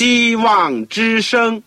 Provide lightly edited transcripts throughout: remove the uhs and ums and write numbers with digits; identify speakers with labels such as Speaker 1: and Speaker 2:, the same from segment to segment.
Speaker 1: 希望之声。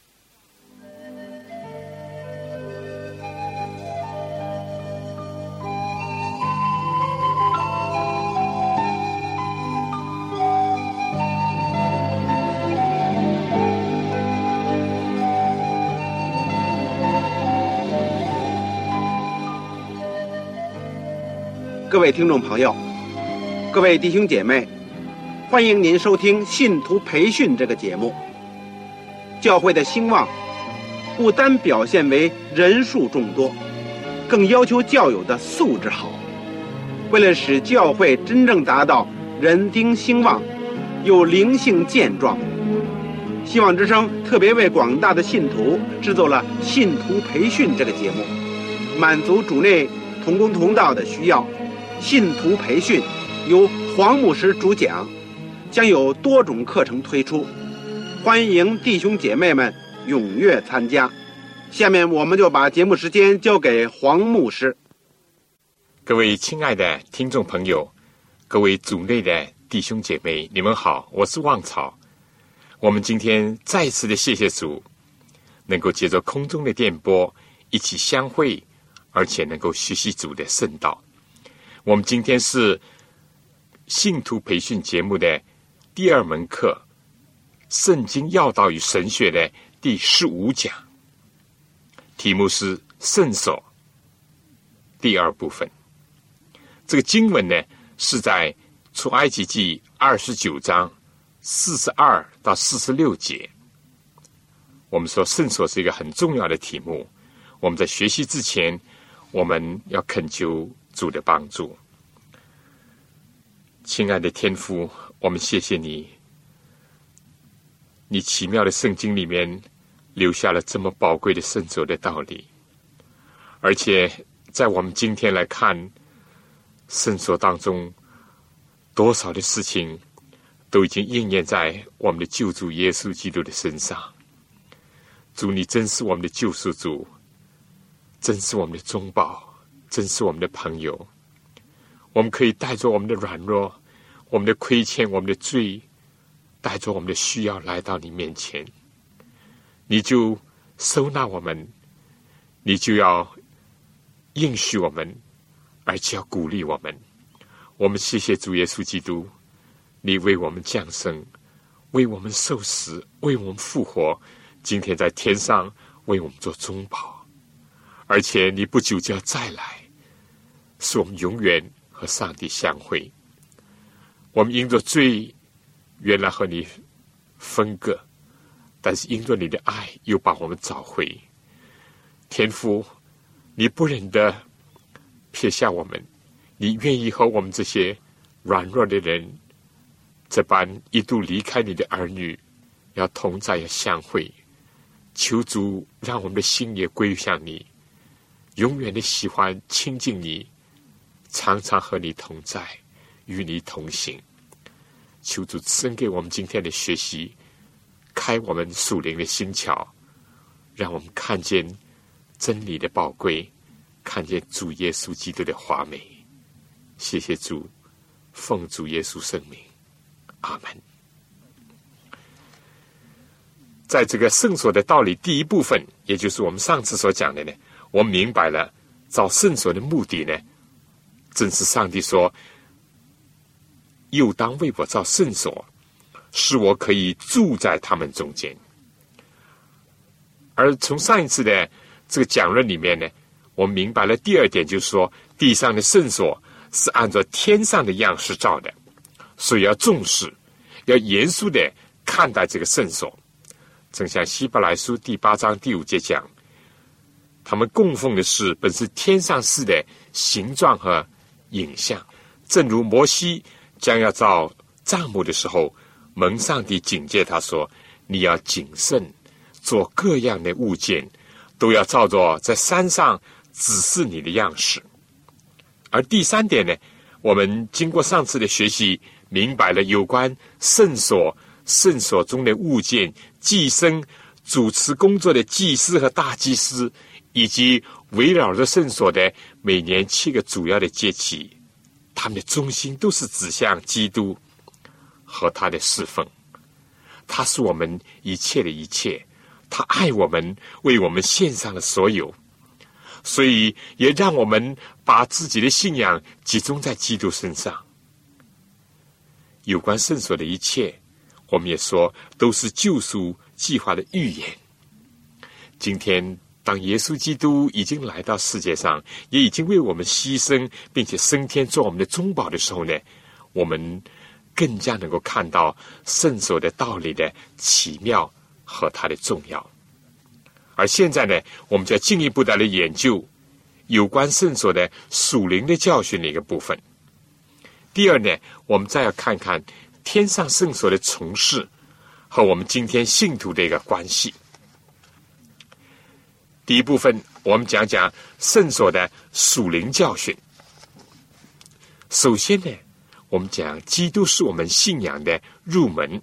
Speaker 1: 各位听众朋友，各位弟兄姐妹，欢迎您收听信徒培训这个节目。教会的兴旺不单表现为人数众多，更要求教友的素质好。为了使教会真正达到人丁兴旺又灵性健壮，希望之声特别为广大的信徒制作了信徒培训这个节目，满足主内同工同道的需要。信徒培训由黄牧师主讲，将有多种课程推出，欢迎弟兄姐妹们踊跃参加。下面我们就把节目时间交给黄牧师。
Speaker 2: 各位亲爱的听众朋友，各位主内的弟兄姐妹，你们好，我是旺草。我们今天再次的谢谢主，能够借着空中的电波一起相会，而且能够学习主的圣道。我们今天是信徒培训节目的第二门课，圣经要道与神学的第15讲，题目是圣所第二部分。这个经文呢是在出埃及记29章42到46节。我们说圣所是一个很重要的题目，我们在学习之前，我们要恳求主的帮助。亲爱的天父，我们谢谢你，你奇妙的圣经里面留下了这么宝贵的圣所的道理，而且在我们今天来看圣所当中，多少的事情都已经应验在我们的救主耶稣基督的身上。主，你真是我们的救赎主，真是我们的中保，真是我们的朋友。我们可以带着我们的软弱，我们的亏欠，我们的罪，带着我们的需要来到你面前，你就收纳我们，你就要应许我们，而且要鼓励我们。我们谢谢主耶稣基督，你为我们降生，为我们受死，为我们复活，今天在天上为我们做中保，而且你不久就要再来，使我们永远和上帝相会。我们因着罪原来和你分割，但是因着你的爱又把我们找回。天父，你不忍得撇下我们，你愿意和我们这些软弱的人这般一度离开你的儿女，要同在，要相会。求主让我们的心也归向你，永远的喜欢亲近你，常常和你同在，与你同行。求主赐给我们今天的学习，开我们属灵的心窍，让我们看见真理的宝贵，看见主耶稣基督的华美。谢谢主，奉主耶稣圣名，阿门。在这个圣所的道理第一部分，也就是我们上次所讲的呢，我们明白了造圣所的目的呢，正是上帝说，又当为我造圣所，使我可以住在他们中间。而从上一次的这个讲论里面呢，我们明白了第二点，就是说地上的圣所是按照天上的样式造的，所以要重视，要严肃的看待这个圣所。正像希伯来书第8章第5节讲，他们供奉的是本是天上事的形状和影像，正如摩西将要造帐幕的时候，蒙上帝警戒他说，你要谨慎做各样的物件，都要照着在山上指示你的样式。而第三点呢，我们经过上次的学习，明白了有关圣所中的物件、祭牲、主持工作的祭司和大祭司，以及围绕着圣所的每年7个主要的节期，他们的中心都是指向基督和他的侍奉。 他是我们一切的一切，他爱我们，为我们献上了所有，所以也让我们把自己的信仰集中在基督身上。有关圣所的一切，我们也说都是救赎计划的预言。今天当耶稣基督已经来到世界上，也已经为我们牺牲并且升天做我们的中保的时候呢，我们更加能够看到圣所的道理的奇妙和它的重要。而现在呢，我们就要进一步的来研究有关圣所的属灵的教训的一个部分。第二呢，我们再要看看天上圣所的从事和我们今天信徒的一个关系。第一部分，我们讲讲圣所的属灵教训。首先呢，我们讲基督是我们信仰的入门。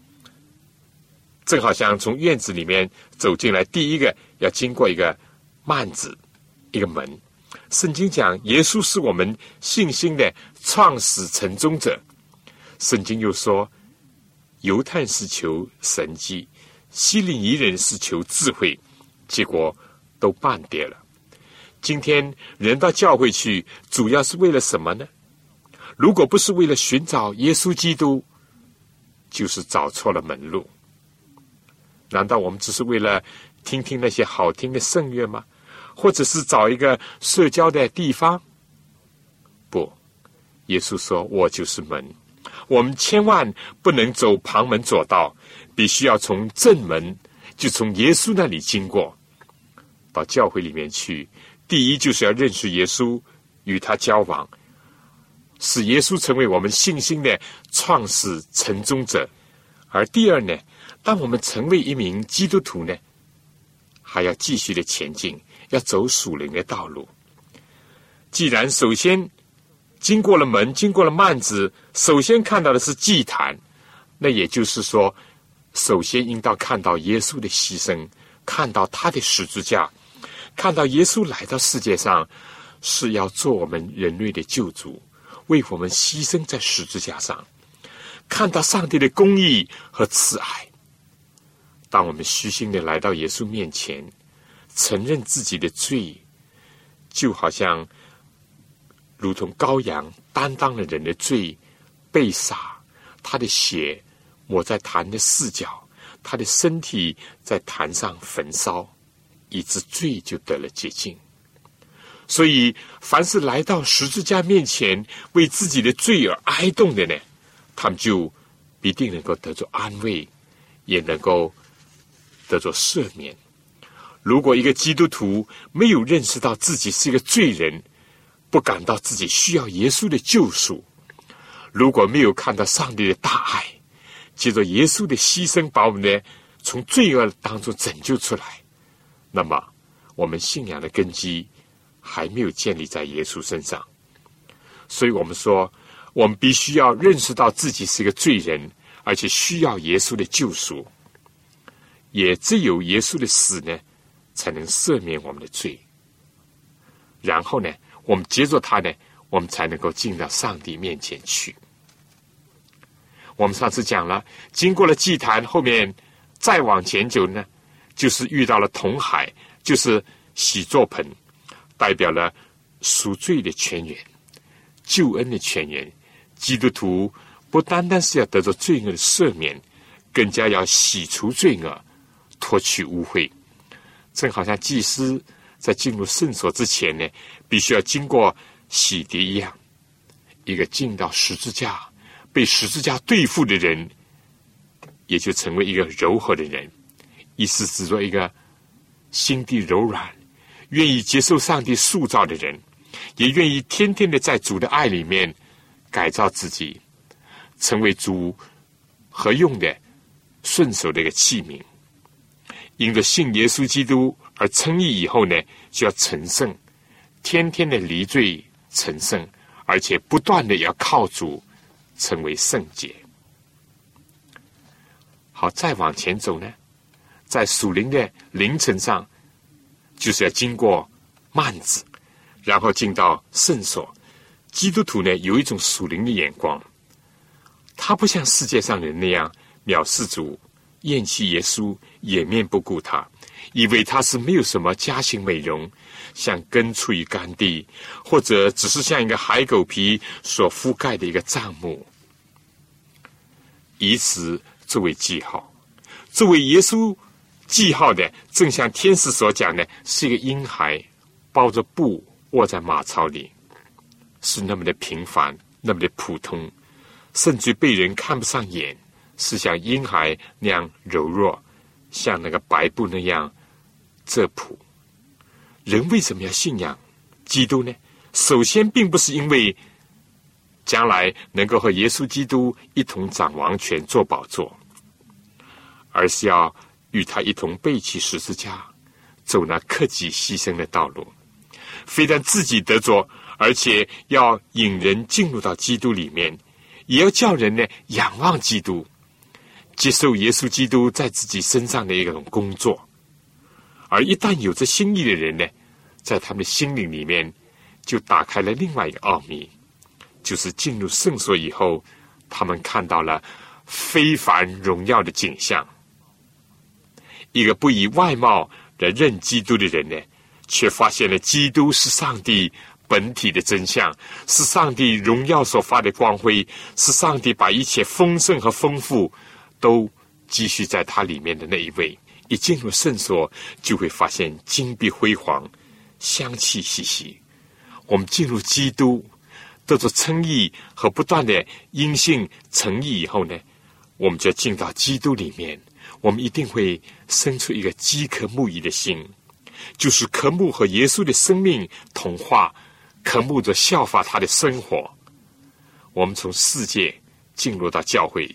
Speaker 2: 正好像从院子里面走进来，第一个要经过一个幔子，一个门。圣经讲耶稣是我们信心的创始成终者。圣经又说犹太人是求神迹，希利尼人是求智慧，结果都半跌了。今天人到教会去，主要是为了什么呢？如果不是为了寻找耶稣基督，就是找错了门路。难道我们只是为了听听那些好听的圣乐吗？或者是找一个社交的地方？不，耶稣说我就是门。我们千万不能走旁门左道，必须要从正门，就从耶稣那里经过到教会里面去。第一就是要认识耶稣，与他交往，使耶稣成为我们信心的创始成终者。而第二呢，当我们成为一名基督徒呢，还要继续的前进，要走属灵的道路。既然首先经过了门，经过了幔子，首先看到的是祭坛，那也就是说，首先应当看到耶稣的牺牲，看到他的十字架，看到耶稣来到世界上是要做我们人类的救主，为我们牺牲在十字架上，看到上帝的公义和慈爱。当我们虚心的来到耶稣面前，承认自己的罪，就好像如同羔羊担当了人的罪，被杀，他的血抹在坛的四角，他的身体在坛上焚烧，以致罪就得了洁净。所以凡是来到十字架面前为自己的罪而哀痛的呢，他们就必定能够得着安慰，也能够得着赦免。如果一个基督徒没有认识到自己是一个罪人，不感到自己需要耶稣的救赎，如果没有看到上帝的大爱，借着耶稣的牺牲把我们呢从罪恶当中拯救出来，那么我们信仰的根基还没有建立在耶稣身上。所以我们说，我们必须要认识到自己是一个罪人，而且需要耶稣的救赎。也只有耶稣的死呢，才能赦免我们的罪。然后呢，我们接着他呢，我们才能够进到上帝面前去。我们上次讲了，经过了祭坛，后面再往前走呢，就是遇到了铜海，就是洗作盆，代表了赎罪的泉源，救恩的泉源。基督徒不单单是要得着罪恶的赦免，更加要洗除罪恶，脱去污秽。正好像祭司在进入圣所之前呢，必须要经过洗涤一样。一个进到十字架，被十字架对付的人，也就成为一个柔和的人，意思指着一个心地柔软，愿意接受上帝塑造的人，也愿意天天的在主的爱里面改造自己，成为主合用的顺手的一个器皿。因着信耶稣基督而称义以后呢，就要成圣，天天的离罪成圣，而且不断的要靠主成为圣洁。好，再往前走呢，在属灵的凌晨上，就是要经过幔子，然后进到圣所。基督徒呢，有一种属灵的眼光，他不像世界上人那样藐视主， 厌弃耶稣，掩面不顾他，以为他是没有什么家庭美容，像根处于干地，或者只是像一个海狗皮所覆盖的一个帐幕，以此作为记号。作为耶稣记号的，正像天使所讲的，是一个婴孩包着布卧在马槽里，是那么的平凡，那么的普通，甚至被人看不上眼，是像婴孩那样柔弱，像那个白布那样质朴。人为什么要信仰基督呢？首先并不是因为将来能够和耶稣基督一同掌王权做宝座，而是要与他一同背起十字架，走那克己牺牲的道路，非但自己得着，而且要引人进入到基督里面，也要叫人呢仰望基督，接受耶稣基督在自己身上的一种工作。而一旦有着心意的人呢，在他们的心灵里面就打开了另外一个奥秘，就是进入圣所以后，他们看到了非凡荣耀的景象。一个不以外貌来认基督的人呢，却发现了基督是上帝本体的真相，是上帝荣耀所发的光辉，是上帝把一切丰盛和丰富都积蓄在他里面的那一位。一进入圣所，就会发现金碧辉煌，香气息息。我们进入基督，得着称义和不断的因信诚意以后呢，我们就进到基督里面，我们一定会生出一个饥渴慕义的心，就是渴慕和耶稣的生命同化，渴慕着效法他的生活。我们从世界进入到教会，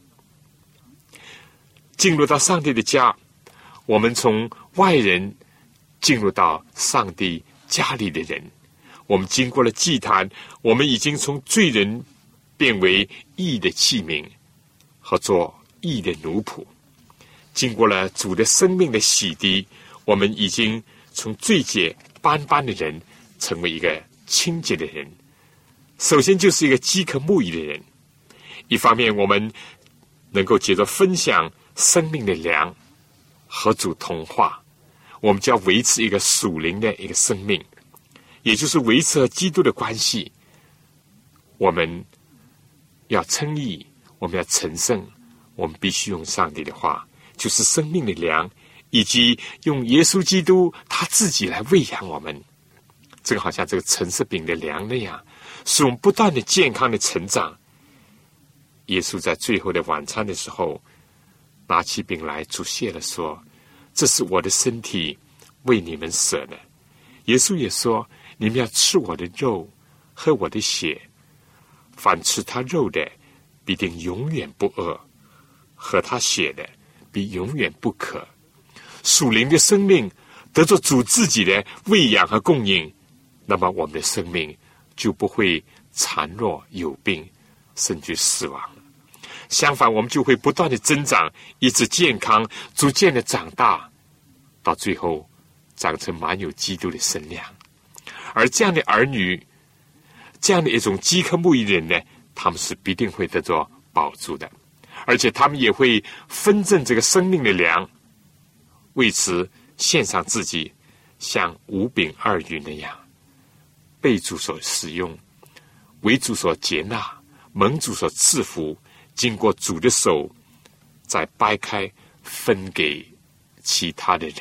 Speaker 2: 进入到上帝的家，我们从外人进入到上帝家里的人，我们经过了祭坛，我们已经从罪人变为义的器皿和做义的奴仆。经过了主的生命的洗涤，我们已经从罪孽斑斑的人成为一个清洁的人。首先就是一个饥渴慕义的人，一方面我们能够借着分享生命的粮和主同化，我们就要维持一个属灵的一个生命，也就是维持和基督的关系。我们要称义，我们要成圣，我们必须用上帝的话，就是生命的粮，以及用耶稣基督他自己来喂养我们，正好像这个橙色饼的粮那样，使我们不断的健康的成长。耶稣在最后的晚餐的时候，拿起饼来祝谢了，说：这是我的身体，为你们舍的。耶稣也说：你们要吃我的肉，喝我的血，凡吃他肉的必定永远不饿，喝他血的必永远不渴。属灵的生命得着主自己的喂养和供应，那么我们的生命就不会孱弱有病，甚至死亡。相反，我们就会不断的增长，一直健康，逐渐的长大，到最后长成满有基督的身量。而这样的儿女，这样的一种饥渴慕义的人呢，他们是必定会得着保住的，而且他们也会分赠这个生命的粮，为此献上自己，像5饼2鱼那样，被主所使用，为主所接纳，蒙主所赐福，经过主的手再掰开分给其他的人。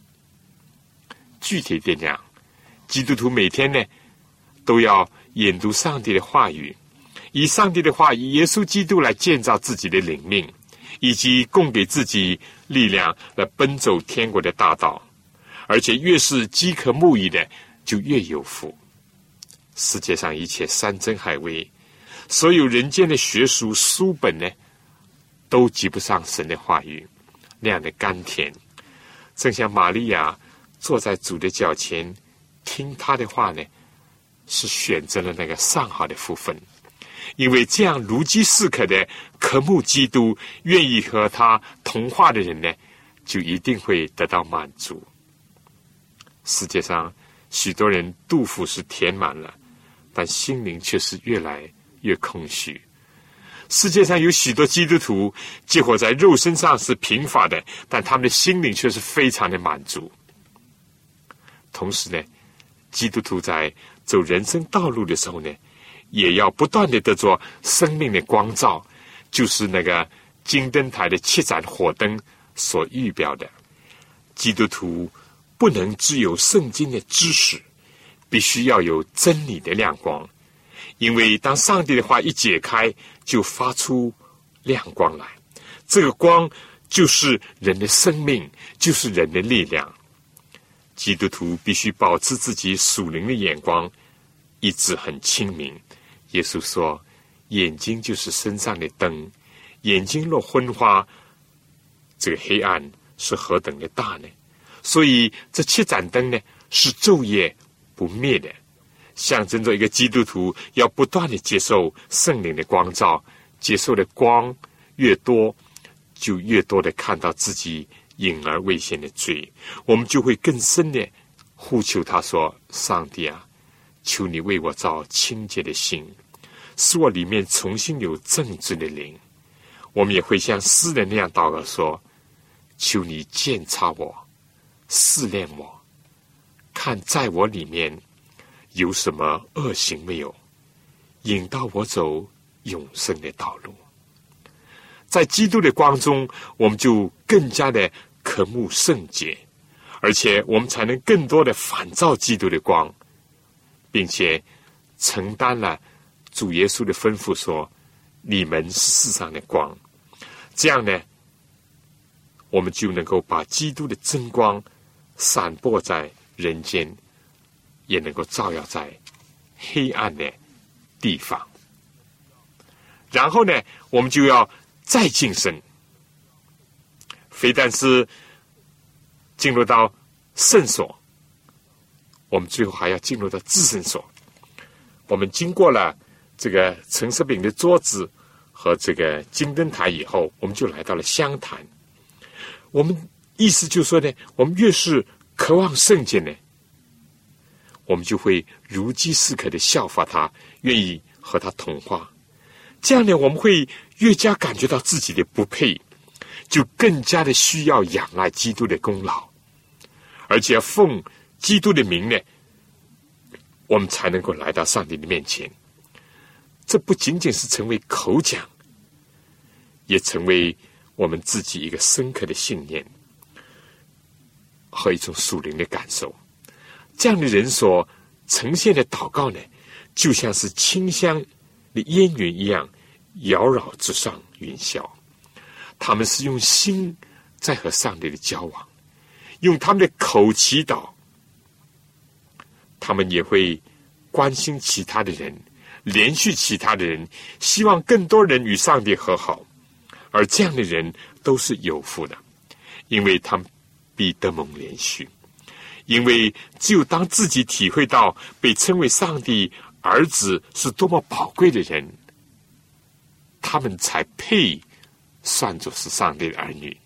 Speaker 2: 具体的讲，基督徒每天呢都要研读上帝的话语，以上帝的话语耶稣基督来建造自己的灵命，以及供给自己力量来奔走天国的大道。而且越是饥渴慕义的，就越有福。世界上一切山珍海味，所有人间的学术书本呢，都及不上神的话语那样的甘甜。正像玛利亚坐在主的脚前听他的话呢，是选择了那个上好的福分。因为这样如饥似渴的渴慕基督，愿意和他同化的人呢，就一定会得到满足。世界上许多人肚腹是填满了，但心灵却是越来越空虚。 世界上有许多基督徒，结果在肉身上是贫乏的，但他们的心灵却是非常的满足。同时呢，基督徒在走人生道路的时候呢，也要不断的得着生命的光照，就是那个金灯台的7盏火灯所预表的。基督徒不能只有圣经的知识，必须要有真理的亮光，因为当上帝的话一解开，就发出亮光来，这个光就是人的生命，就是人的力量。基督徒必须保持自己属灵的眼光一直很清明。耶稣说，眼睛就是身上的灯，眼睛若昏花，这个黑暗是何等的大呢？所以这7盏灯呢，是昼夜不灭的，象征着一个基督徒要不断的接受圣灵的光照，接受的光越多，就越多的看到自己隐而未现的罪，我们就会更深的呼求他说，上帝啊，求你为我造清洁的心，使我里面重新有正直的灵。我们也会像诗人那样祷告说，求你鉴察我，试炼我，看在我里面有什么恶行没有，引导我走永生的道路。在基督的光中，我们就更加的渴慕圣洁，而且我们才能更多的反照基督的光，并且承担了主耶稣的吩咐说，你们是世上的光。这样呢，我们就能够把基督的真光散播在人间，也能够照耀在黑暗的地方。然后呢，我们就要再晋升，非但是进入到圣所，我们最后还要进入到至圣所。我们经过了这个陈设饼的桌子和这个金灯台以后，我们就来到了香坛。我们意思就是说呢，我们越是渴望圣洁呢，我们就会如饥似渴的效法他，愿意和他同化。这样呢，我们会越加感觉到自己的不配，就更加的需要仰赖基督的功劳，而且奉基督的名呢，我们才能够来到上帝的面前。这不仅仅是成为口讲，也成为我们自己一个深刻的信念和一种属灵的感受。这样的人所呈现的祷告呢，就像是清香的烟云一样，缭绕之上云霄。他们是用心在和上帝的交往，用他们的口祈祷，他们也会关心其他的人，连续其他的人，希望更多人与上帝和好。而这样的人都是有福的，因为他们必得蒙连续。因为只有当自己体会到被称为上帝儿子是多么宝贵的人，他们才配算作是上帝的儿女。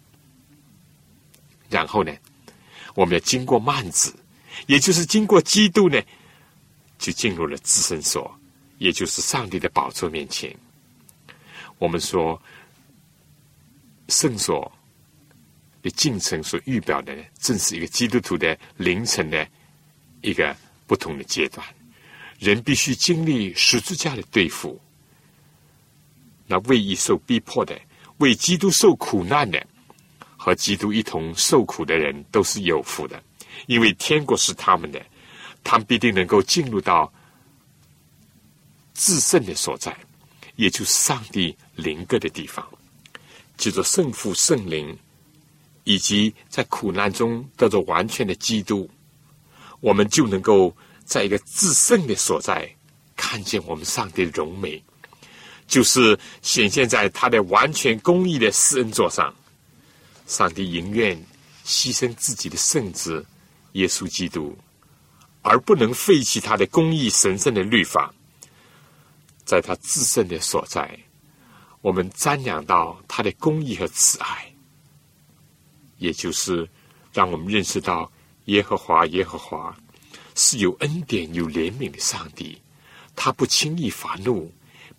Speaker 2: 然后呢，我们要经过幔子，也就是经过基督呢，就进入了至圣所，也就是上帝的宝座面前。我们说圣所的进程所预表的呢，正是一个基督徒的灵程的一个不同的阶段。人必须经历十字架的对付，那为义受逼迫的，为基督受苦难的，和基督一同受苦的人都是有福的，因为天国是他们的，他们必定能够进入到至圣的所在，也就是上帝临格的地方。借着圣父圣灵以及在苦难中得着完全的基督，我们就能够在一个至圣的所在看见我们上帝的荣美，就是显现在他的完全公义的施恩座上。上帝宁愿牺牲自己的圣子耶稣基督，而不能废弃他的公义神圣的律法。在他至圣的所在，我们瞻仰到他的公义和慈爱，也就是让我们认识到耶和华是有恩典有怜悯的上帝，他不轻易发怒，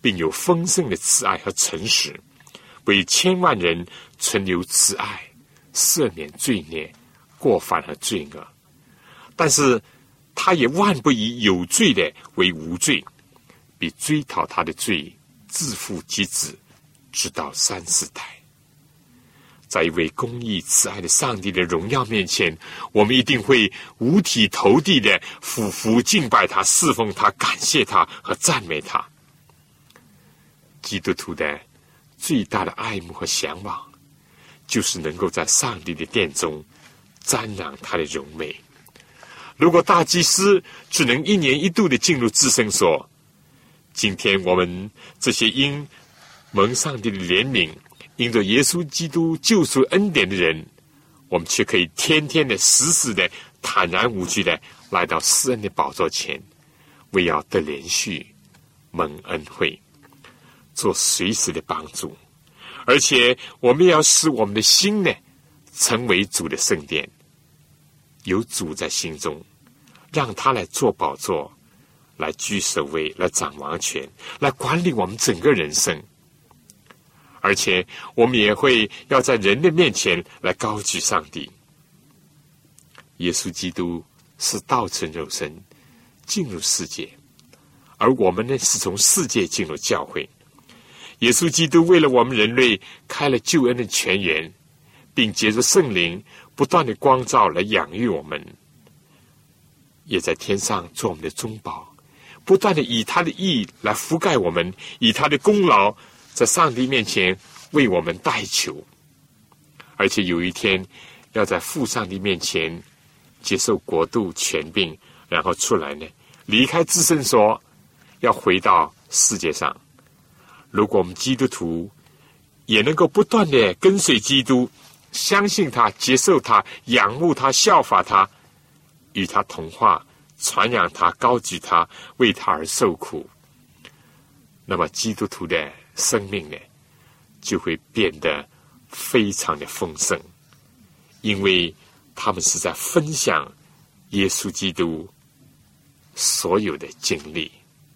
Speaker 2: 并有丰盛的慈爱和诚实，为千万人存留慈爱，赦免罪孽、过犯和罪恶。但是他也万不以有罪的为无罪，必追讨他的罪，自负及子，直到3、4代。在一位公义慈爱的上帝的荣耀面前，我们一定会五体投地的俯伏敬拜他、侍奉他、感谢他和赞美他。基督徒的最大的爱慕和向往，就是能够在上帝的殿中瞻仰他的荣美。如果大祭司只能1年1度的进入至圣所，今天我们这些因蒙上帝的怜悯，因着耶稣基督救赎恩典的人，我们却可以天天的、时时的、坦然无惧的来到施恩的宝座前，为要得连续蒙恩惠，做随时的帮助。而且我们也要使我们的心呢，成为主的圣殿，有主在心中，让他来做宝座，来居首位，来掌王权，来管理我们整个人生。而且我们也会要在人的面前来高举上帝。耶稣基督是道成肉身进入世界，而我们呢，是从世界进入教会。耶稣基督为了我们人类开了救恩的泉源，并借着圣灵不断的光照来养育我们，也在天上做我们的中保，不断的以他的义来覆盖我们，以他的功劳在上帝面前为我们代求。而且有一天要在父上帝面前接受国度权柄，然后出来呢，离开至圣所，要回到世界上。如果我们基督徒也能够不断的跟随基督，相信他、接受他、仰慕他、效法他，与他同化，传扬他、高举他，为他而受苦，那么基督徒的生命呢，就会变得非常的丰盛，因为他们是在分享耶稣基督所有的经历。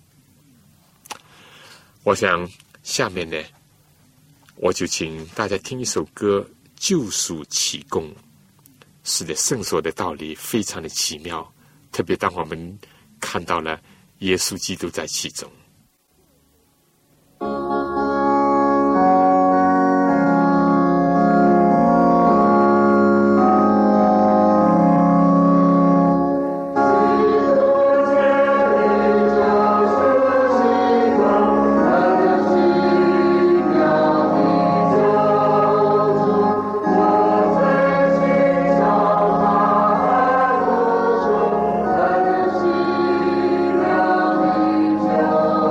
Speaker 2: 我想下面呢，我就请大家听一首歌《救赎奇功》。是的，圣所的道理非常的奇妙，特别当我们看到了耶稣基督在其中。
Speaker 3: 就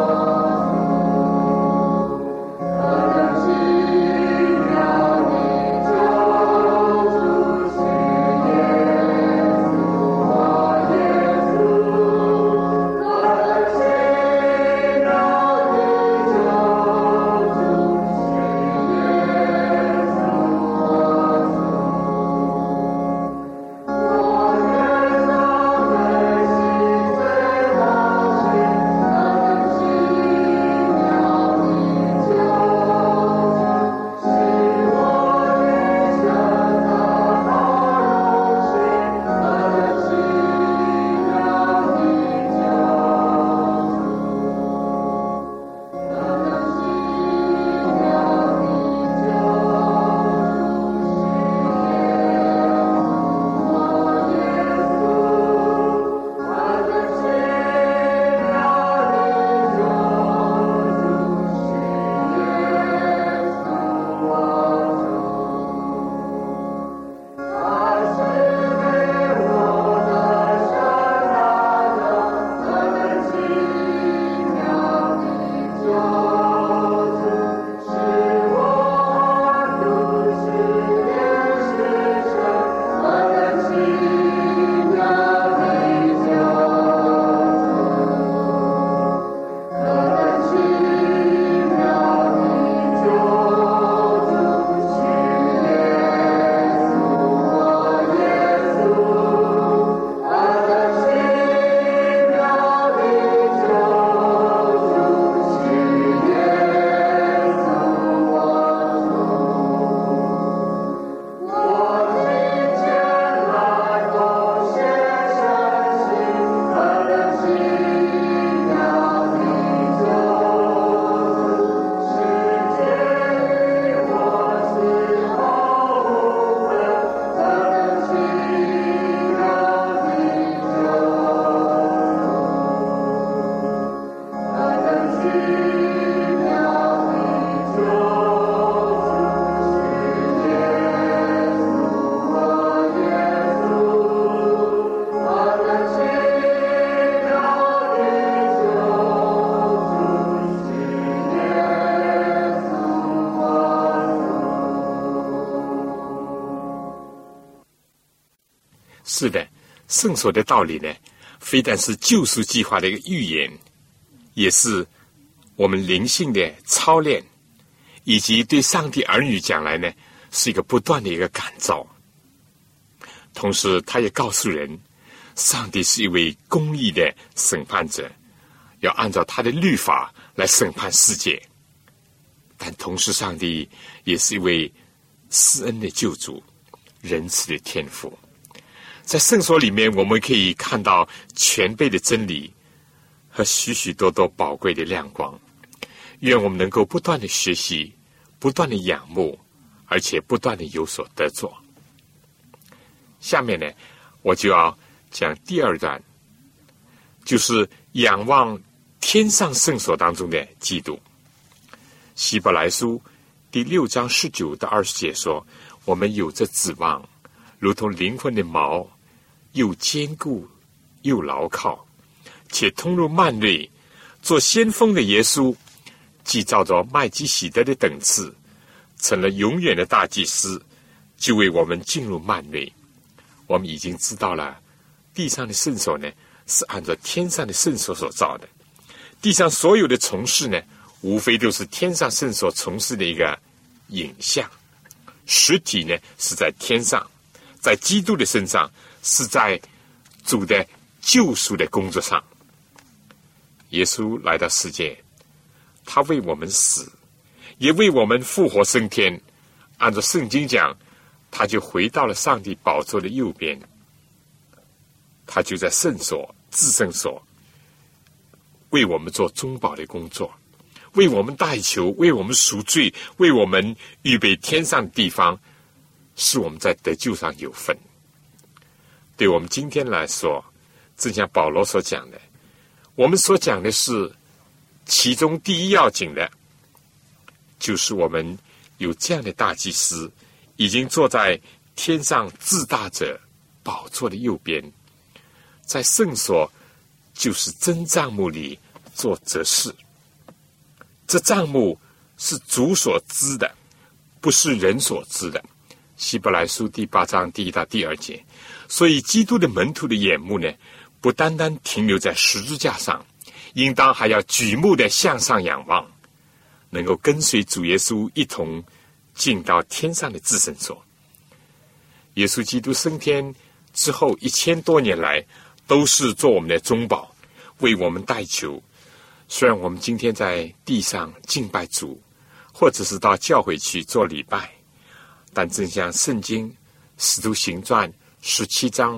Speaker 2: 是的，圣所的道理呢，非但是救赎计划的一个预言，也是我们灵性的操练，以及对上帝儿女讲来呢，是一个不断的一个感召。同时他也告诉人，上帝是一位公义的审判者，要按照他的律法来审判世界。但同时上帝也是一位施恩的救主，仁慈的天父。在圣所里面，我们可以看到全备的真理和许许多多宝贵的亮光。愿我们能够不断的学习，不断的仰慕，而且不断的有所得着。下面呢，我就要讲第二段，就是仰望天上圣所当中的基督。希伯来书第6章19到20节说，我们有着指望，如同灵魂的锚，又坚固又牢靠，且通入幔内。做先锋的耶稣，既照着麦基洗德的等次，成了永远的大祭司，就为我们进入幔内。我们已经知道了，地上的圣所呢，是按照天上的圣所所造的。地上所有的从事呢，无非都是天上圣所从事的一个影像。实体呢，是在天上，在基督的身上，是在主的救赎的工作上。耶稣来到世界，他为我们死，也为我们复活升天。按照圣经讲，他就回到了上帝宝座的右边，他就在圣所、至圣所为我们做中保的工作，为我们代求，为我们赎罪，为我们预备天上的地方，使我们在得救上有份。对我们今天来说，正像保罗所讲的，我们所讲的是其中第一要紧的，就是我们有这样的大祭司，已经坐在天上至大者宝座的右边，在圣所，就是真帐幕里做执事。这帐幕是主所知的，不是人所知的。希伯来书第8章第1到第2节。所以基督的门徒的眼目呢，不单单停留在十字架上，应当还要举目的向上仰望，能够跟随主耶稣一同进到天上的至圣所。耶稣基督升天之后1000多年来，都是做我们的中保，为我们代求。虽然我们今天在地上敬拜主，或者是到教会去做礼拜，但正像圣经使徒行传17章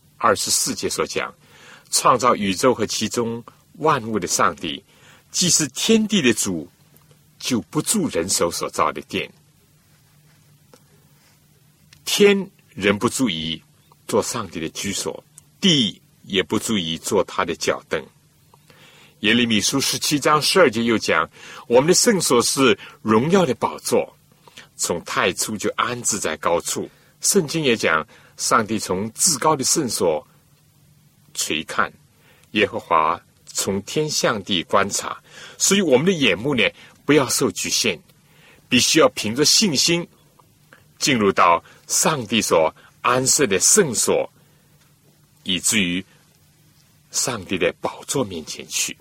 Speaker 2: 24节所讲，创造宇宙和其中万物的上帝，既是天地的主，就不住人手所造的殿。天人不足以做上帝的居所，地也不足以做他的脚凳。耶利米书17章12节又讲，我们的圣所是荣耀的宝座，从太初就安置在高处。圣经也讲，上帝从至高的圣所垂看，耶和华从天向地观察。所以我们的眼目呢，不要受局限，必须要凭着信心进入到上帝所安设的圣所，以至于上帝的宝座面前去。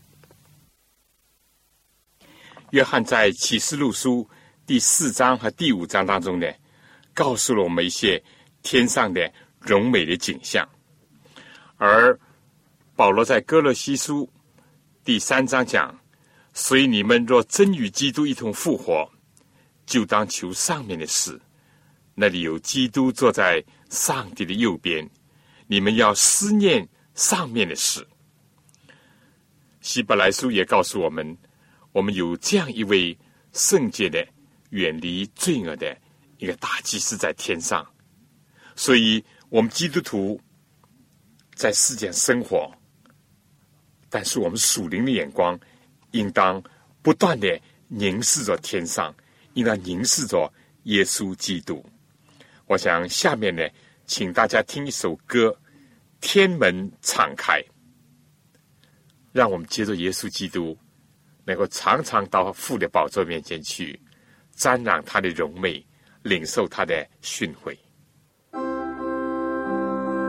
Speaker 2: 约翰在启示录书第4章和第5章当中呢，告诉了我们一些天上的荣美的景象。而保罗在哥罗西书第3章讲，所以你们若真与基督一同复活，就当求上面的事，那里有基督坐在上帝的右边，你们要思念上面的事。希伯来书也告诉我们，我们有这样一位圣洁的、远离罪恶的一个大祭司在天上。所以我们基督徒在世间生活，但是我们属灵的眼光应当不断的凝视着天上，应当凝视着耶稣基督。我想下面呢，请大家听一首歌《天门敞开》，让我们接着耶稣基督能够常常到父的宝座面前去，瞻仰他的荣美，领受他的训诲。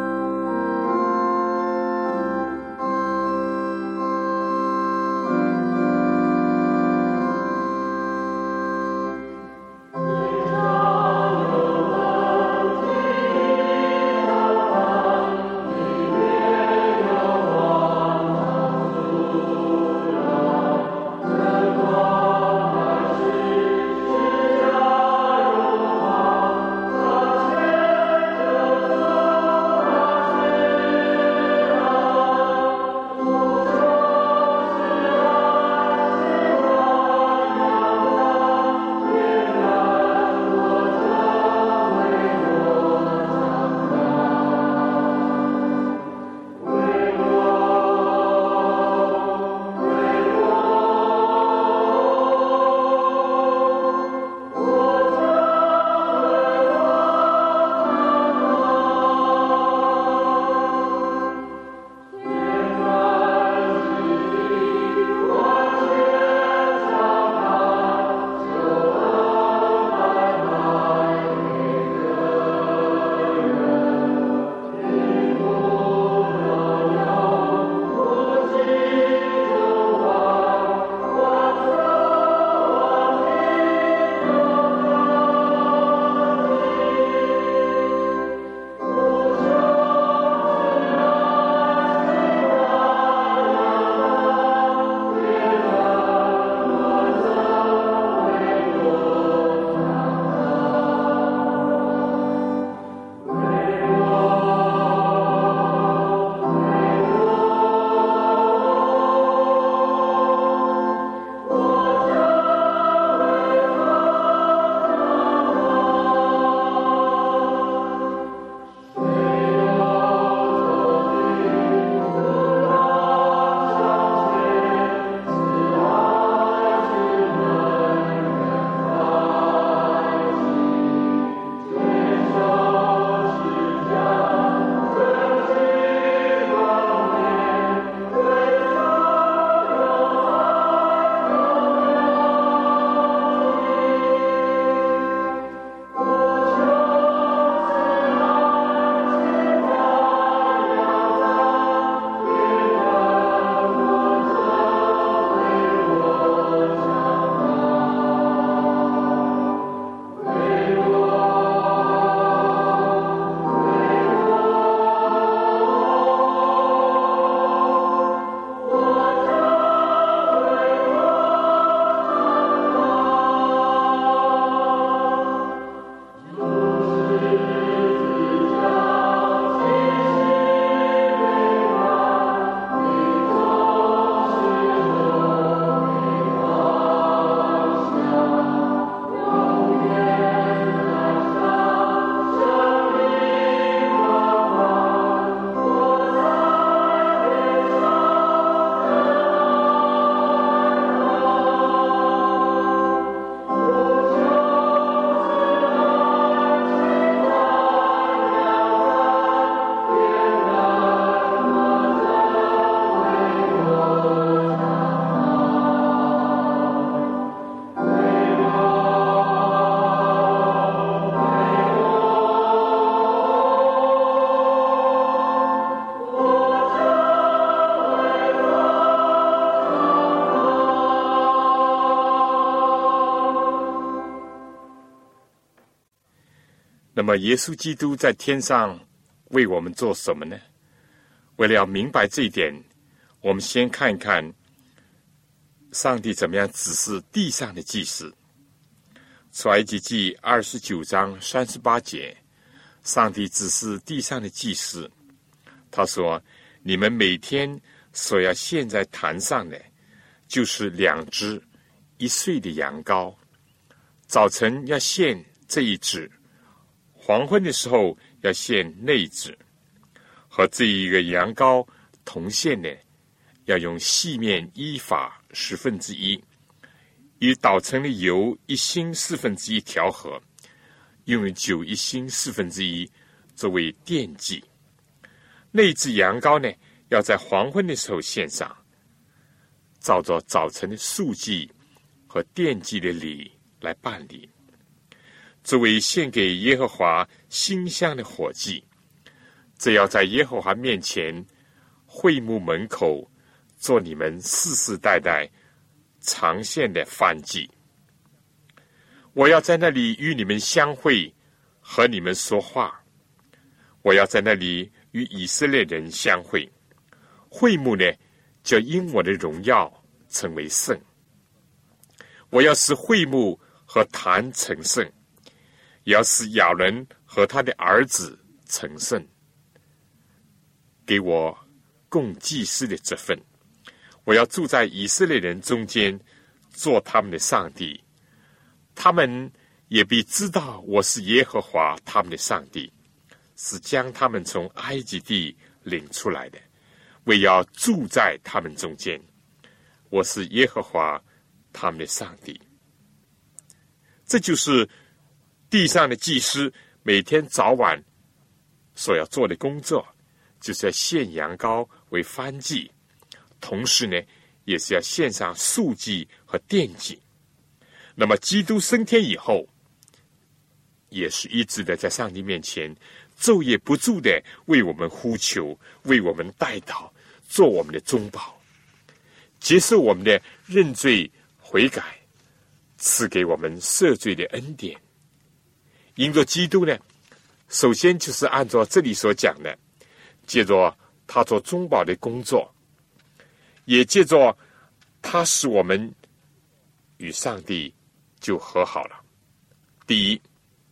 Speaker 2: 那么耶稣基督在天上为我们做什么呢？为了要明白这一点，我们先看一看上帝怎么样指示地上的祭司。出埃及记29章38节，上帝指示地上的祭司，他说：你们每天所要献在坛上的，就是2只1岁的羊羔，早晨要献这一只，黄昏的时候要献那一只，和这一个羊羔同献的，要用细面1法1/10，与捣成的油1星1/4调和，用酒1星1/4作为奠祭。那一只羊羔呢，要在黄昏的时候献上，照着早晨的素祭和奠祭的礼来办理，作为献给耶和华馨香的火祭。这要在耶和华面前会幕门口做你们世世代代常献的燔祭。我要在那里与你们相会，和你们说话。我要在那里与以色列人相会。会幕呢，就因我的荣耀成为圣。我要使会幕和坛成圣，也要使亚伦和他的儿子成圣，给我供祭司的这份。我要住在以色列人中间，做他们的上帝，他们也必知道我是耶和华他们的上帝，是将他们从埃及地领出来的，为要住在他们中间。我是耶和华他们的上帝。这就是地上的祭司每天早晚所要做的工作，就是要献羊羔为燔祭，同时呢，也是要献上素祭和奠祭。那么基督升天以后，也是一直的在上帝面前昼夜不住的为我们呼求，为我们代祷，做我们的中保，接受我们的认罪悔改，赐给我们赦罪的恩典。因着基督呢，首先就是按照这里所讲的，借着他做中保的工作，也借着他使我们与上帝就和好了。第一，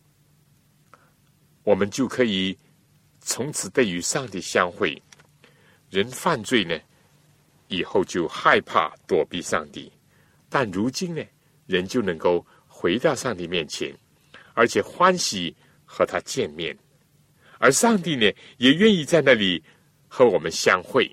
Speaker 2: 我们就可以从此得与上帝相会。人犯罪呢，以后就害怕躲避上帝，但如今呢，人就能够回到上帝面前，而且欢喜和他见面，而上帝呢，也愿意在那里和我们相会。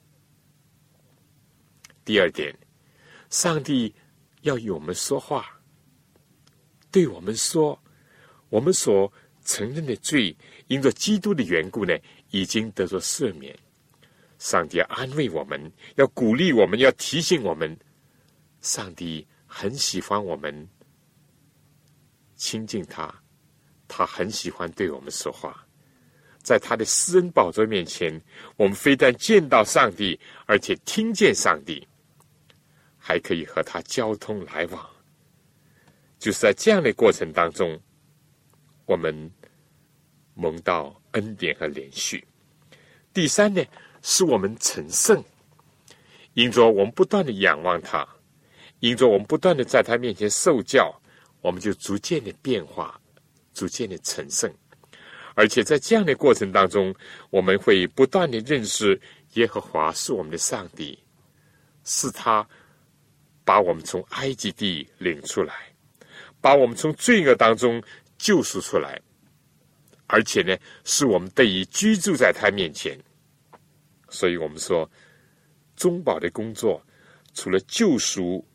Speaker 2: 第二点，上帝要与我们说话，对我们说，我们所承认的罪，因着基督的缘故呢，已经得着赦免。上帝要安慰我们，要鼓励我们，要提醒我们，上帝很喜欢我们亲近他，他很喜欢对我们说话。在他的施恩宝座面前，我们非但见到上帝，而且听见上帝，还可以和他交通来往。就是在这样的过程当中，我们蒙到恩典和连续。第三呢，是我们成圣，因着我们不断的仰望他，因着我们不断的在他面前受教，我们就逐渐的变化，逐渐的成圣。而且在这样的过程当中，我们会不断的认识耶和华是我们的上帝，是他把我们从埃及地领出来，把我们从罪恶当中救赎出来，而且呢，是我们得以居住在他面前。所以我们说，中保的工作除了救赎，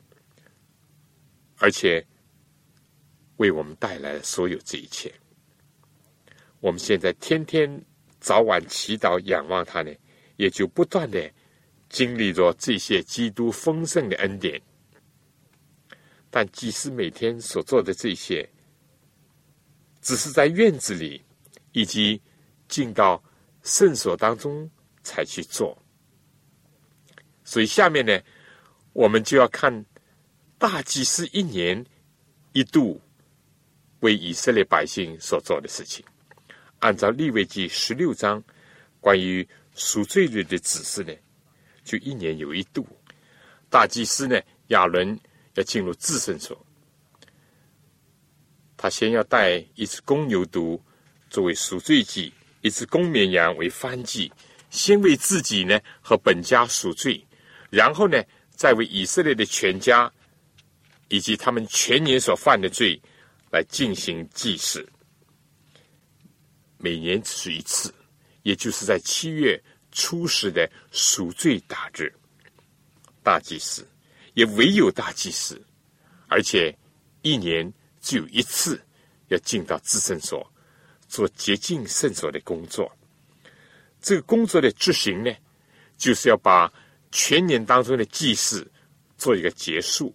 Speaker 2: 而且为我们带来了所有这一切。我们现在天天早晚祈祷仰望他呢，也就不断的经历着这些基督丰盛的恩典。但即使每天所做的这些，只是在院子里以及进到圣所当中才去做。所以下面呢，我们就要看大祭司1年1度为以色列百姓所做的事情。按照利未记16章关于赎罪日的指示呢，就1年有1度，大祭司呢亚伦要进入至圣所，他先要带一只公牛犊作为赎罪祭，一只公绵羊为燔祭，先为自己呢和本家赎罪，然后呢再为以色列的全家以及他们全年所犯的罪来进行祭祀。每年只是一次，也就是在7月初10的赎罪大日，大祭司也唯有大祭司，而且1年只有1次要进到至圣所做洁净圣所的工作。这个工作的执行呢，就是要把全年当中的祭祀做一个结束。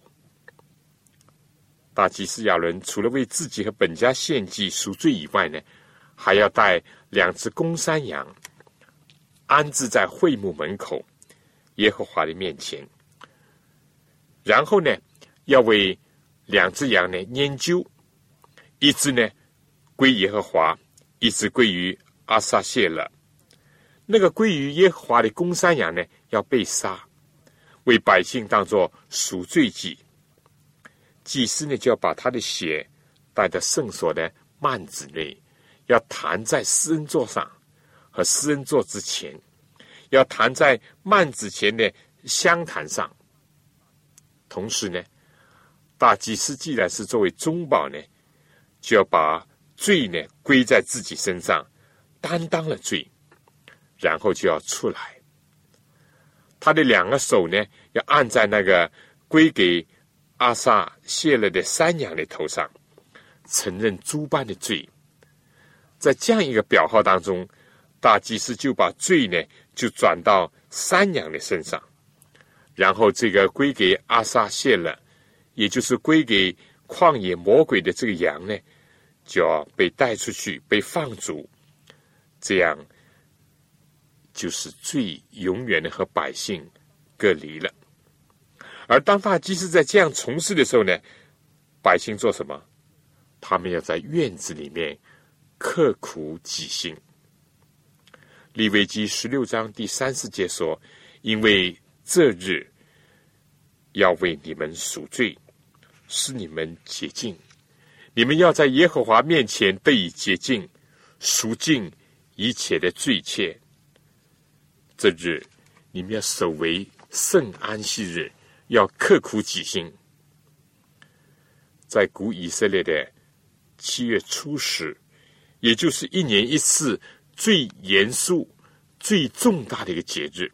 Speaker 2: 大祭司亚伦除了为自己和本家献祭赎罪以外呢，还要带2只公山羊安置在会幕门口耶和华的面前，然后呢要为2只羊呢拈阄，一只呢归耶和华，一只归于阿撒谢勒。那个归于耶和华的公山羊呢要被杀，为百姓当作赎罪祭。祭司呢就要把他的血带到圣所的幔子内，要弹在施恩座上和施恩座之前，要弹在幔子前的香坛上。同时呢，大祭司既然是作为中保呢，就要把罪呢归在自己身上，担当了罪，然后就要出来。他的2个手呢要按在那个归给阿撒谢勒的山羊的头上，承认诸般的罪。在这样一个表号当中，大祭司就把罪呢就转到山羊的身上，然后这个归给阿撒谢勒，也就是归给旷野魔鬼的这个羊呢，就要被带出去，被放逐，这样就是罪永远的和百姓隔离了。而当大祭司在这样从事的时候呢，百姓做什么？他们要在院子里面刻苦己心。利未记16章第30节说，因为这日要为你们赎罪，使你们洁净，你们要在耶和华面前得以洁净，赎尽一切的罪愆。这日你们要守为圣安息日，要刻苦己心。在古以色列的7月初10，也就是1年1次最严肃最重大的一个节日，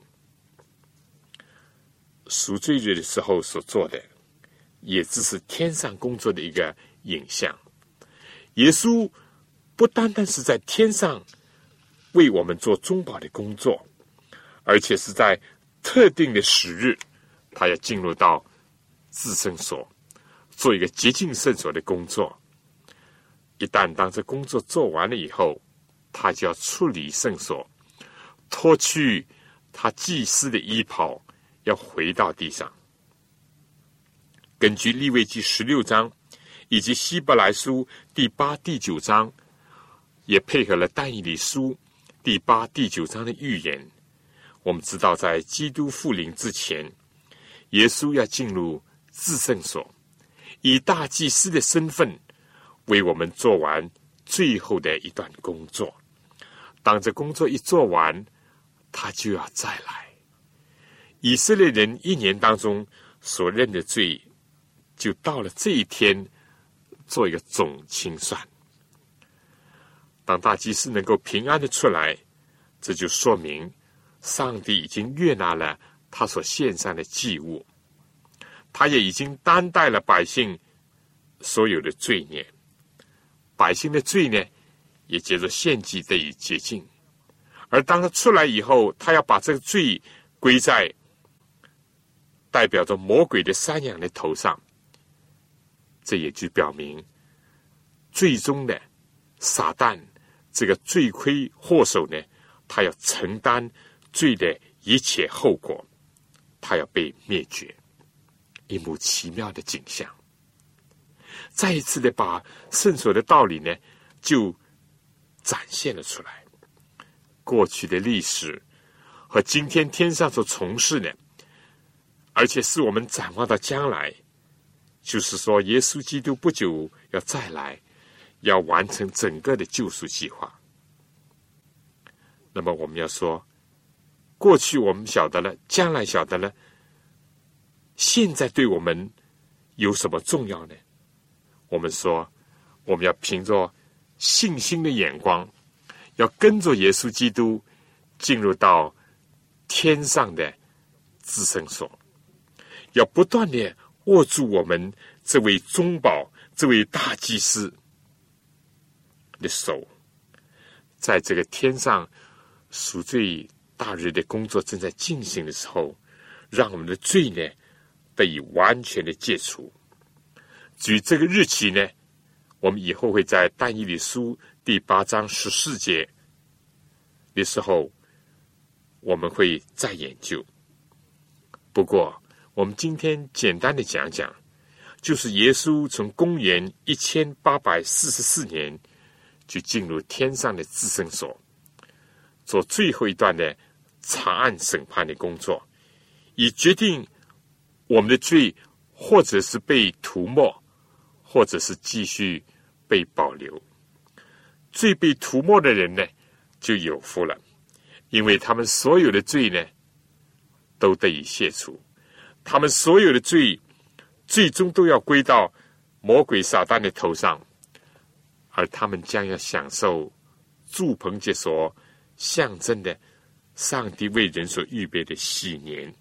Speaker 2: 赎罪日的时候所做的也只是天上工作的一个影像。耶稣不单单是在天上为我们做中保的工作，而且是在特定的时日，他要进入到至圣所做一个洁净圣所的工作。一旦当这工作做完了以后，他就要处理圣所，脱去他祭司的衣袍，要回到地上。根据利未记16章以及希伯来书第8、第9章，也配合了但以理书第8、第9章的预言，我们知道在基督复临之前，耶稣要进入至圣所，以大祭司的身份为我们做完最后的一段工作。当这工作一做完，他就要再来。以色列人1年当中所认的罪，就到了这一天做一个总清算。当大祭司能够平安的出来，这就说明上帝已经悦纳了他所献上的祭物，他也已经担待了百姓所有的罪孽，百姓的罪呢也借着献祭得以洁净。而当他出来以后，他要把这个罪归在代表着魔鬼的山羊的头上，这也就表明最终的撒旦这个罪魁祸首呢，他要承担罪的一切后果，他要被灭绝。一幕奇妙的景象。 再一次的把圣所的道理呢，就展现了出来。过去的历史和今天天上所从事的，而且是我们展望到将来，就是说耶稣基督不久要再来，要完成整个的救赎计划。那么我们要说，过去我们晓得了，将来晓得了，现在对我们有什么重要呢？我们说，我们要凭着信心的眼光，要跟着耶稣基督进入到天上的至圣所，要不断的握住我们这位中保、这位大祭司的手，在这个天上赎罪大日的工作正在进行的时候，让我们的罪呢得以完全的戒除。至于这个日期呢，我们以后会在但以理书第8章14节的时候，我们会再研究。不过我们今天简单的讲讲，就是耶稣从公元1844年就进入天上的至圣所，做最后一段的查案审判的工作，以决定我们的罪或者是被涂抹，或者是继续被保留。罪被涂抹的人呢，就有福了，因为他们所有的罪呢都得以卸除，他们所有的罪最终都要归到魔鬼撒旦的头上，而他们将要享受住棚节所象征的上帝为人所预备的禧年。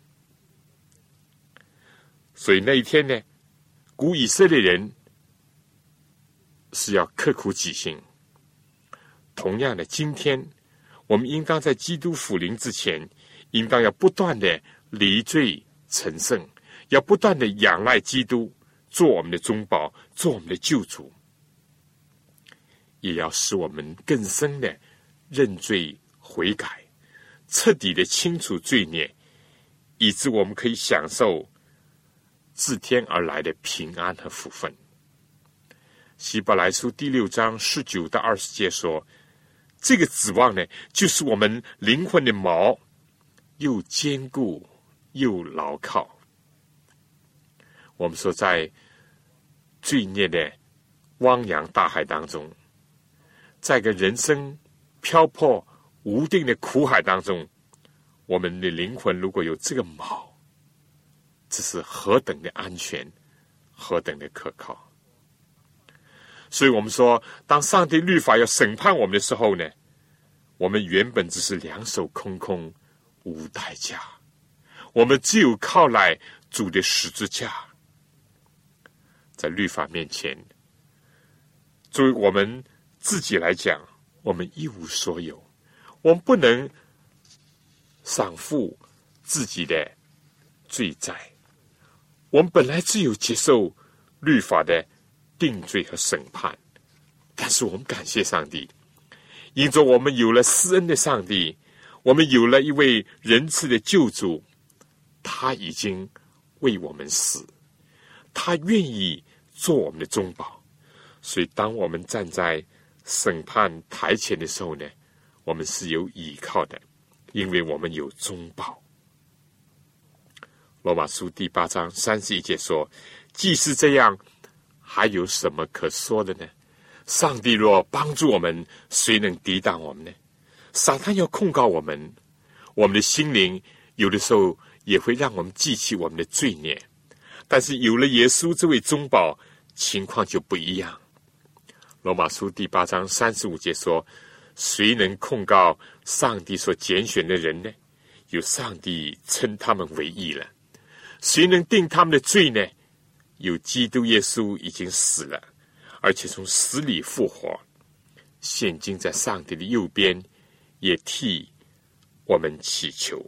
Speaker 2: 所以那一天呢，古以色列人是要刻苦己心。同样的，今天我们应当在基督复临之前，应当要不断的离罪成圣，要不断的仰赖基督做我们的中保，做我们的救主，也要使我们更深的认罪悔改，彻底的清除罪孽，以致我们可以享受自天而来的平安和福分。希伯来书第6章19到20节说，这个指望呢，就是我们灵魂的锚，又坚固又牢靠。我们说，在罪孽的汪洋大海当中，在个人生漂泊无定的苦海当中，我们的灵魂如果有这个锚，这是何等的安全，何等的可靠。所以我们说，当上帝律法要审判我们的时候呢，我们原本只是两手空空无代价，我们只有靠来主的十字架。在律法面前，作为我们自己来讲，我们一无所有，我们不能偿付自己的罪债，我们本来只有接受律法的定罪和审判，但是我们感谢上帝，因着我们有了施恩的上帝，我们有了一位仁慈的救主，他已经为我们死，他愿意做我们的中保。所以当我们站在审判台前的时候呢，我们是有依靠的，因为我们有中保。罗马书第8章31节说，既是这样，还有什么可说的呢？上帝若帮助我们，谁能抵挡我们呢？撒旦要控告我们，我们的心灵有的时候也会让我们记起我们的罪孽，但是有了耶稣这位中保，情况就不一样。罗马书第8章35节说，谁能控告上帝所拣选的人呢？有上帝称他们为义了。谁能定他们的罪呢？有基督耶稣已经死了，而且从死里复活，现今在上帝的右边，也替我们祈求。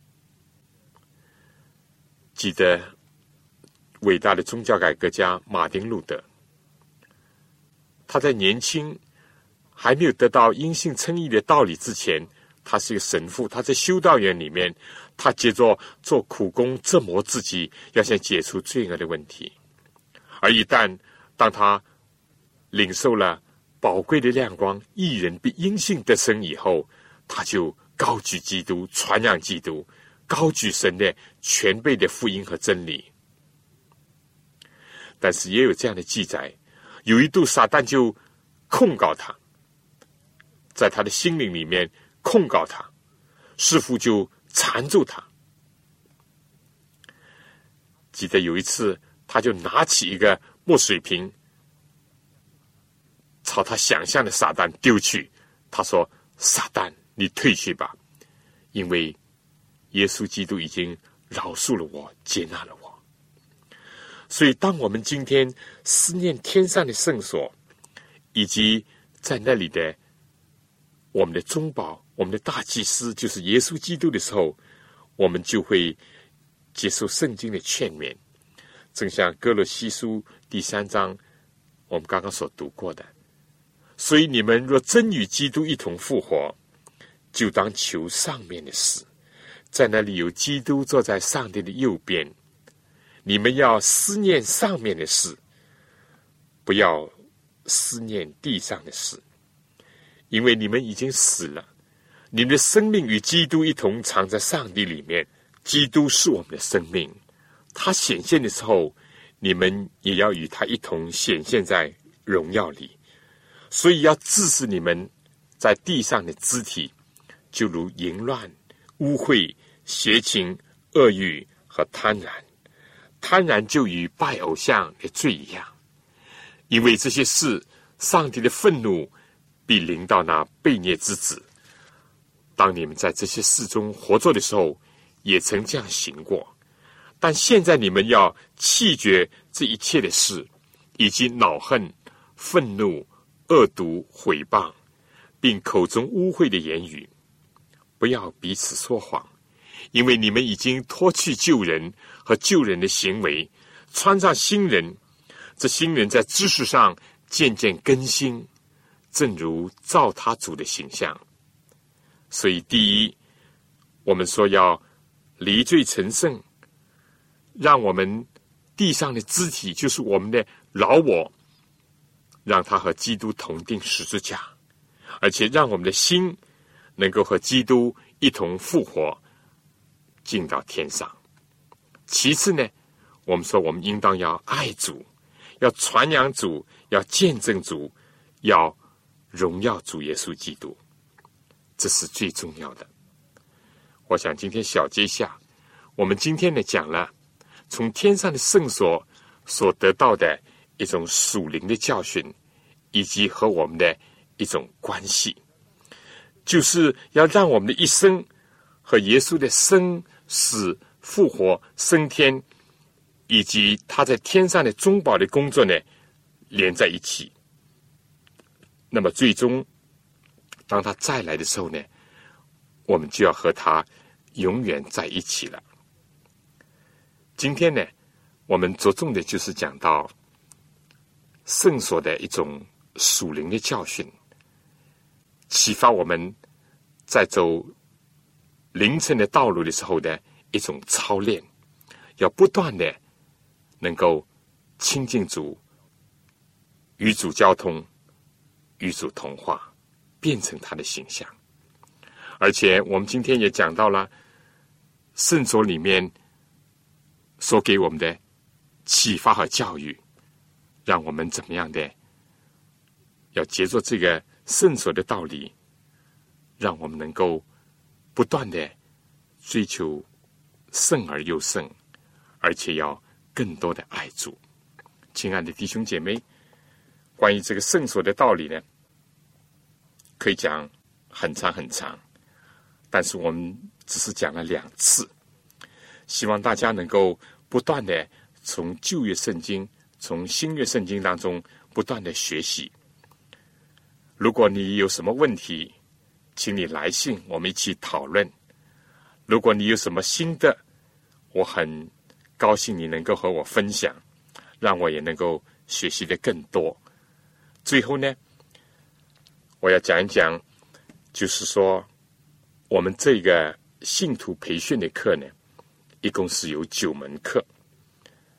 Speaker 2: 记得伟大的宗教改革家马丁路德，他在年轻还没有得到因信称义的道理之前，他是一个神父，他在修道院里面，他接着做苦工折磨自己，要想解除罪恶的问题。而一旦当他领受了宝贵的亮光，义人必因信得生以后，他就高举基督，传扬基督，高举神的全备的福音和真理。但是也有这样的记载，有一度撒旦就控告他，在他的心灵里面控告他，似乎就缠住他。记得有一次，他就拿起一个墨水瓶，朝他想象的撒旦丢去。他说：撒旦，你退去吧，因为耶稣基督已经饶恕了我，接纳了我。所以当我们今天思念天上的圣所，以及在那里的我们的中保，我们的大祭司就是耶稣基督的时候，我们就会接受圣经的劝勉。正像哥罗西书第3章我们刚刚所读过的，所以你们若真与基督一同复活，就当求上面的事，在那里有基督坐在上帝的右边。你们要思念上面的事，不要思念地上的事，因为你们已经死了，你们的生命与基督一同藏在上帝里面。基督是我们的生命，他显现的时候，你们也要与他一同显现在荣耀里。所以要治死你们在地上的肢体，就如淫乱、污秽、邪情、恶欲和贪婪。贪婪就与拜偶像的罪一样，因为这些事，上帝的愤怒必临到那悖逆之子。当你们在这些事中活着的时候，也曾这样行过，但现在你们要弃绝这一切的事，以及恼恨、愤怒、恶毒、毁谤，并口中污秽的言语，不要彼此说谎，因为你们已经脱去旧人和旧人的行为，穿上新人。这新人在知识上渐渐更新，正如照他主的形象。所以第一，我们说要离罪成圣，让我们地上的肢体，就是我们的老我，让它和基督同定十字架，而且让我们的心能够和基督一同复活，进到天上。其次呢，我们说我们应当要爱主，要传扬主，要见证主，要荣耀主耶稣基督，这是最重要的。我想今天小结一下，我们今天呢讲了从天上的圣所所得到的一种属灵的教训，以及和我们的一种关系，就是要让我们的一生和耶稣的生死复活升天，以及他在天上的中保的工作呢连在一起。那么最终当他再来的时候呢，我们就要和他永远在一起了。今天呢，我们着重的就是讲到圣所的一种属灵的教训，启发我们在走凌晨的道路的时候的一种操练，要不断的能够亲近主，与主交通，与主同化，变成他的形象。而且我们今天也讲到了圣所里面所给我们的启发和教育，让我们怎么样的要接受这个圣所的道理，让我们能够不断的追求圣而又圣，而且要更多的爱主。亲爱的弟兄姐妹，关于这个圣所的道理呢，可以讲很长很长，但是我们只是讲了2次，希望大家能够不断的从旧约圣经，从新约圣经当中不断的学习。如果你有什么问题，请你来信，我们一起讨论。如果你有什么心得，我很高兴你能够和我分享，让我也能够学习的更多。最后呢，我要讲一讲，就是说我们这个信徒培训的课呢，一共是有9门课。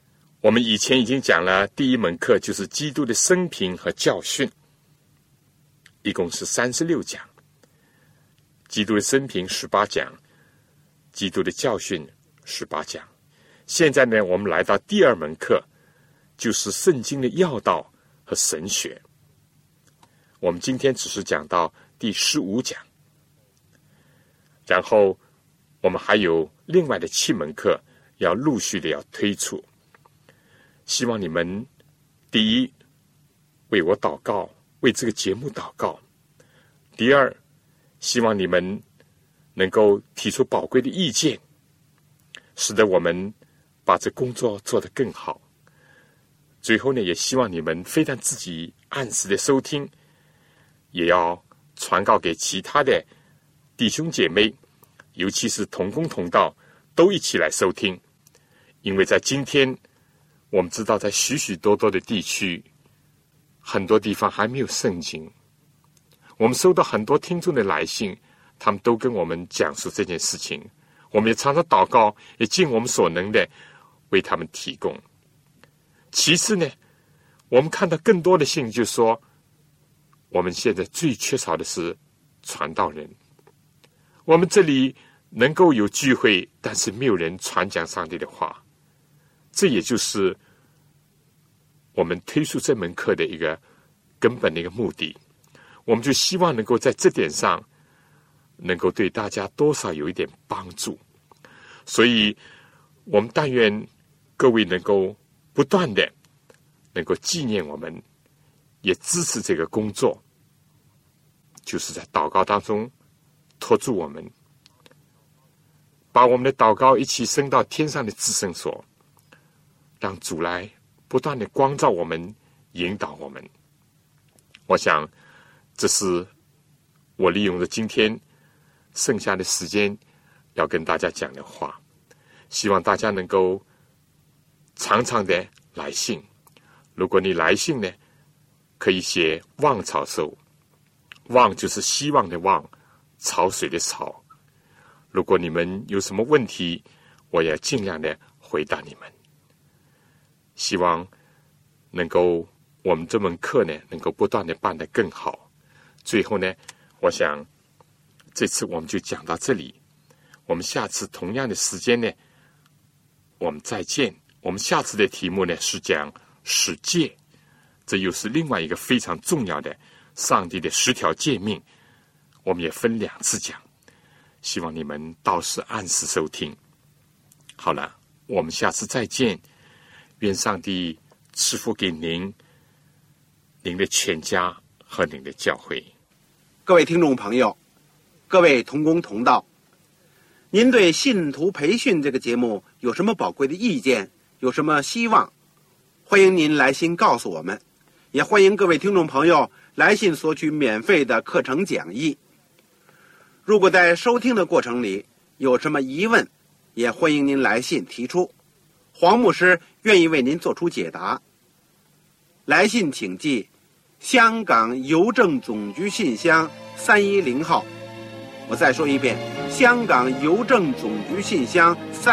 Speaker 2: 我们以前已经讲了第一门课，就是基督的生平和教训，一共是36讲。基督的生平18讲，基督的教训18讲。现在呢，我们来到第二门课，就是圣经的要道和神学。我们今天只是讲到第15讲，然后我们还有另外的7门课要陆续的要推出。希望你们第一，为我祷告，为这个节目祷告；第二，希望你们能够提出宝贵的意见，使得我们把这工作做得更好。最后呢，也希望你们非但自己按时的收听，也要传告给其他的弟兄姐妹，尤其是同工同道，都一起来收听。因为在今天，我们知道在许许多多的地区，很多地方还没有圣经。我们收到很多听众的来信，他们都跟我们讲述这件事情。我们也常常祷告，也尽我们所能的为他们提供。其次呢，我们看到更多的信，就是说我们现在最缺少的是传道人。我们这里能够有聚会，但是没有人传讲上帝的话。这也就是我们推出这门课的一个根本的一个目的。我们就希望能够在这点上能够对大家多少有一点帮助。所以我们但愿各位能够不断的能够纪念我们，也支持这个工作，就是在祷告当中托住我们，把我们的祷告一起升到天上的至圣所，让主来不断的光照我们，引导我们。我想这是我利用着今天剩下的时间要跟大家讲的话。希望大家能够常常的来信。如果你来信呢，可以写望草收，望就是希望的望，潮水的潮。如果你们有什么问题，我也尽量的回答你们。希望能够我们这门课呢，能够不断的办得更好。最后呢，我想这次我们就讲到这里。我们下次同样的时间呢，我们再见。我们下次的题目呢是讲十诫，这又是另外一个非常重要的上帝的10条诫命，我们也分2次讲。希望你们到时按时收听。好了，我们下次再见。愿上帝赐福给您、您的全家和您的教会。
Speaker 1: 各位听众朋友，各位同工同道，您对信徒培训这个节目有什么宝贵的意见，有什么希望，欢迎您来信告诉我们，也欢迎各位听众朋友来信索取免费的课程讲义。如果在收听的过程里有什么疑问，也欢迎您来信提出，黄牧师愿意为您做出解答。来信请寄香港邮政总局信箱310号。我再说一遍，香港邮政总局信箱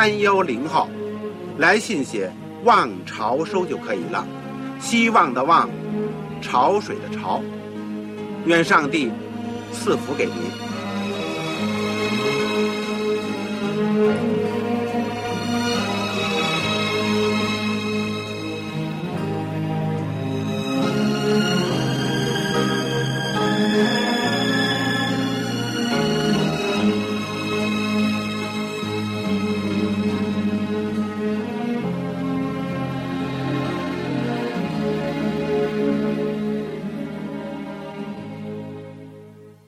Speaker 1: 310号。来信写望潮收就可以了，希望的望，潮水的潮。愿上帝赐福给您。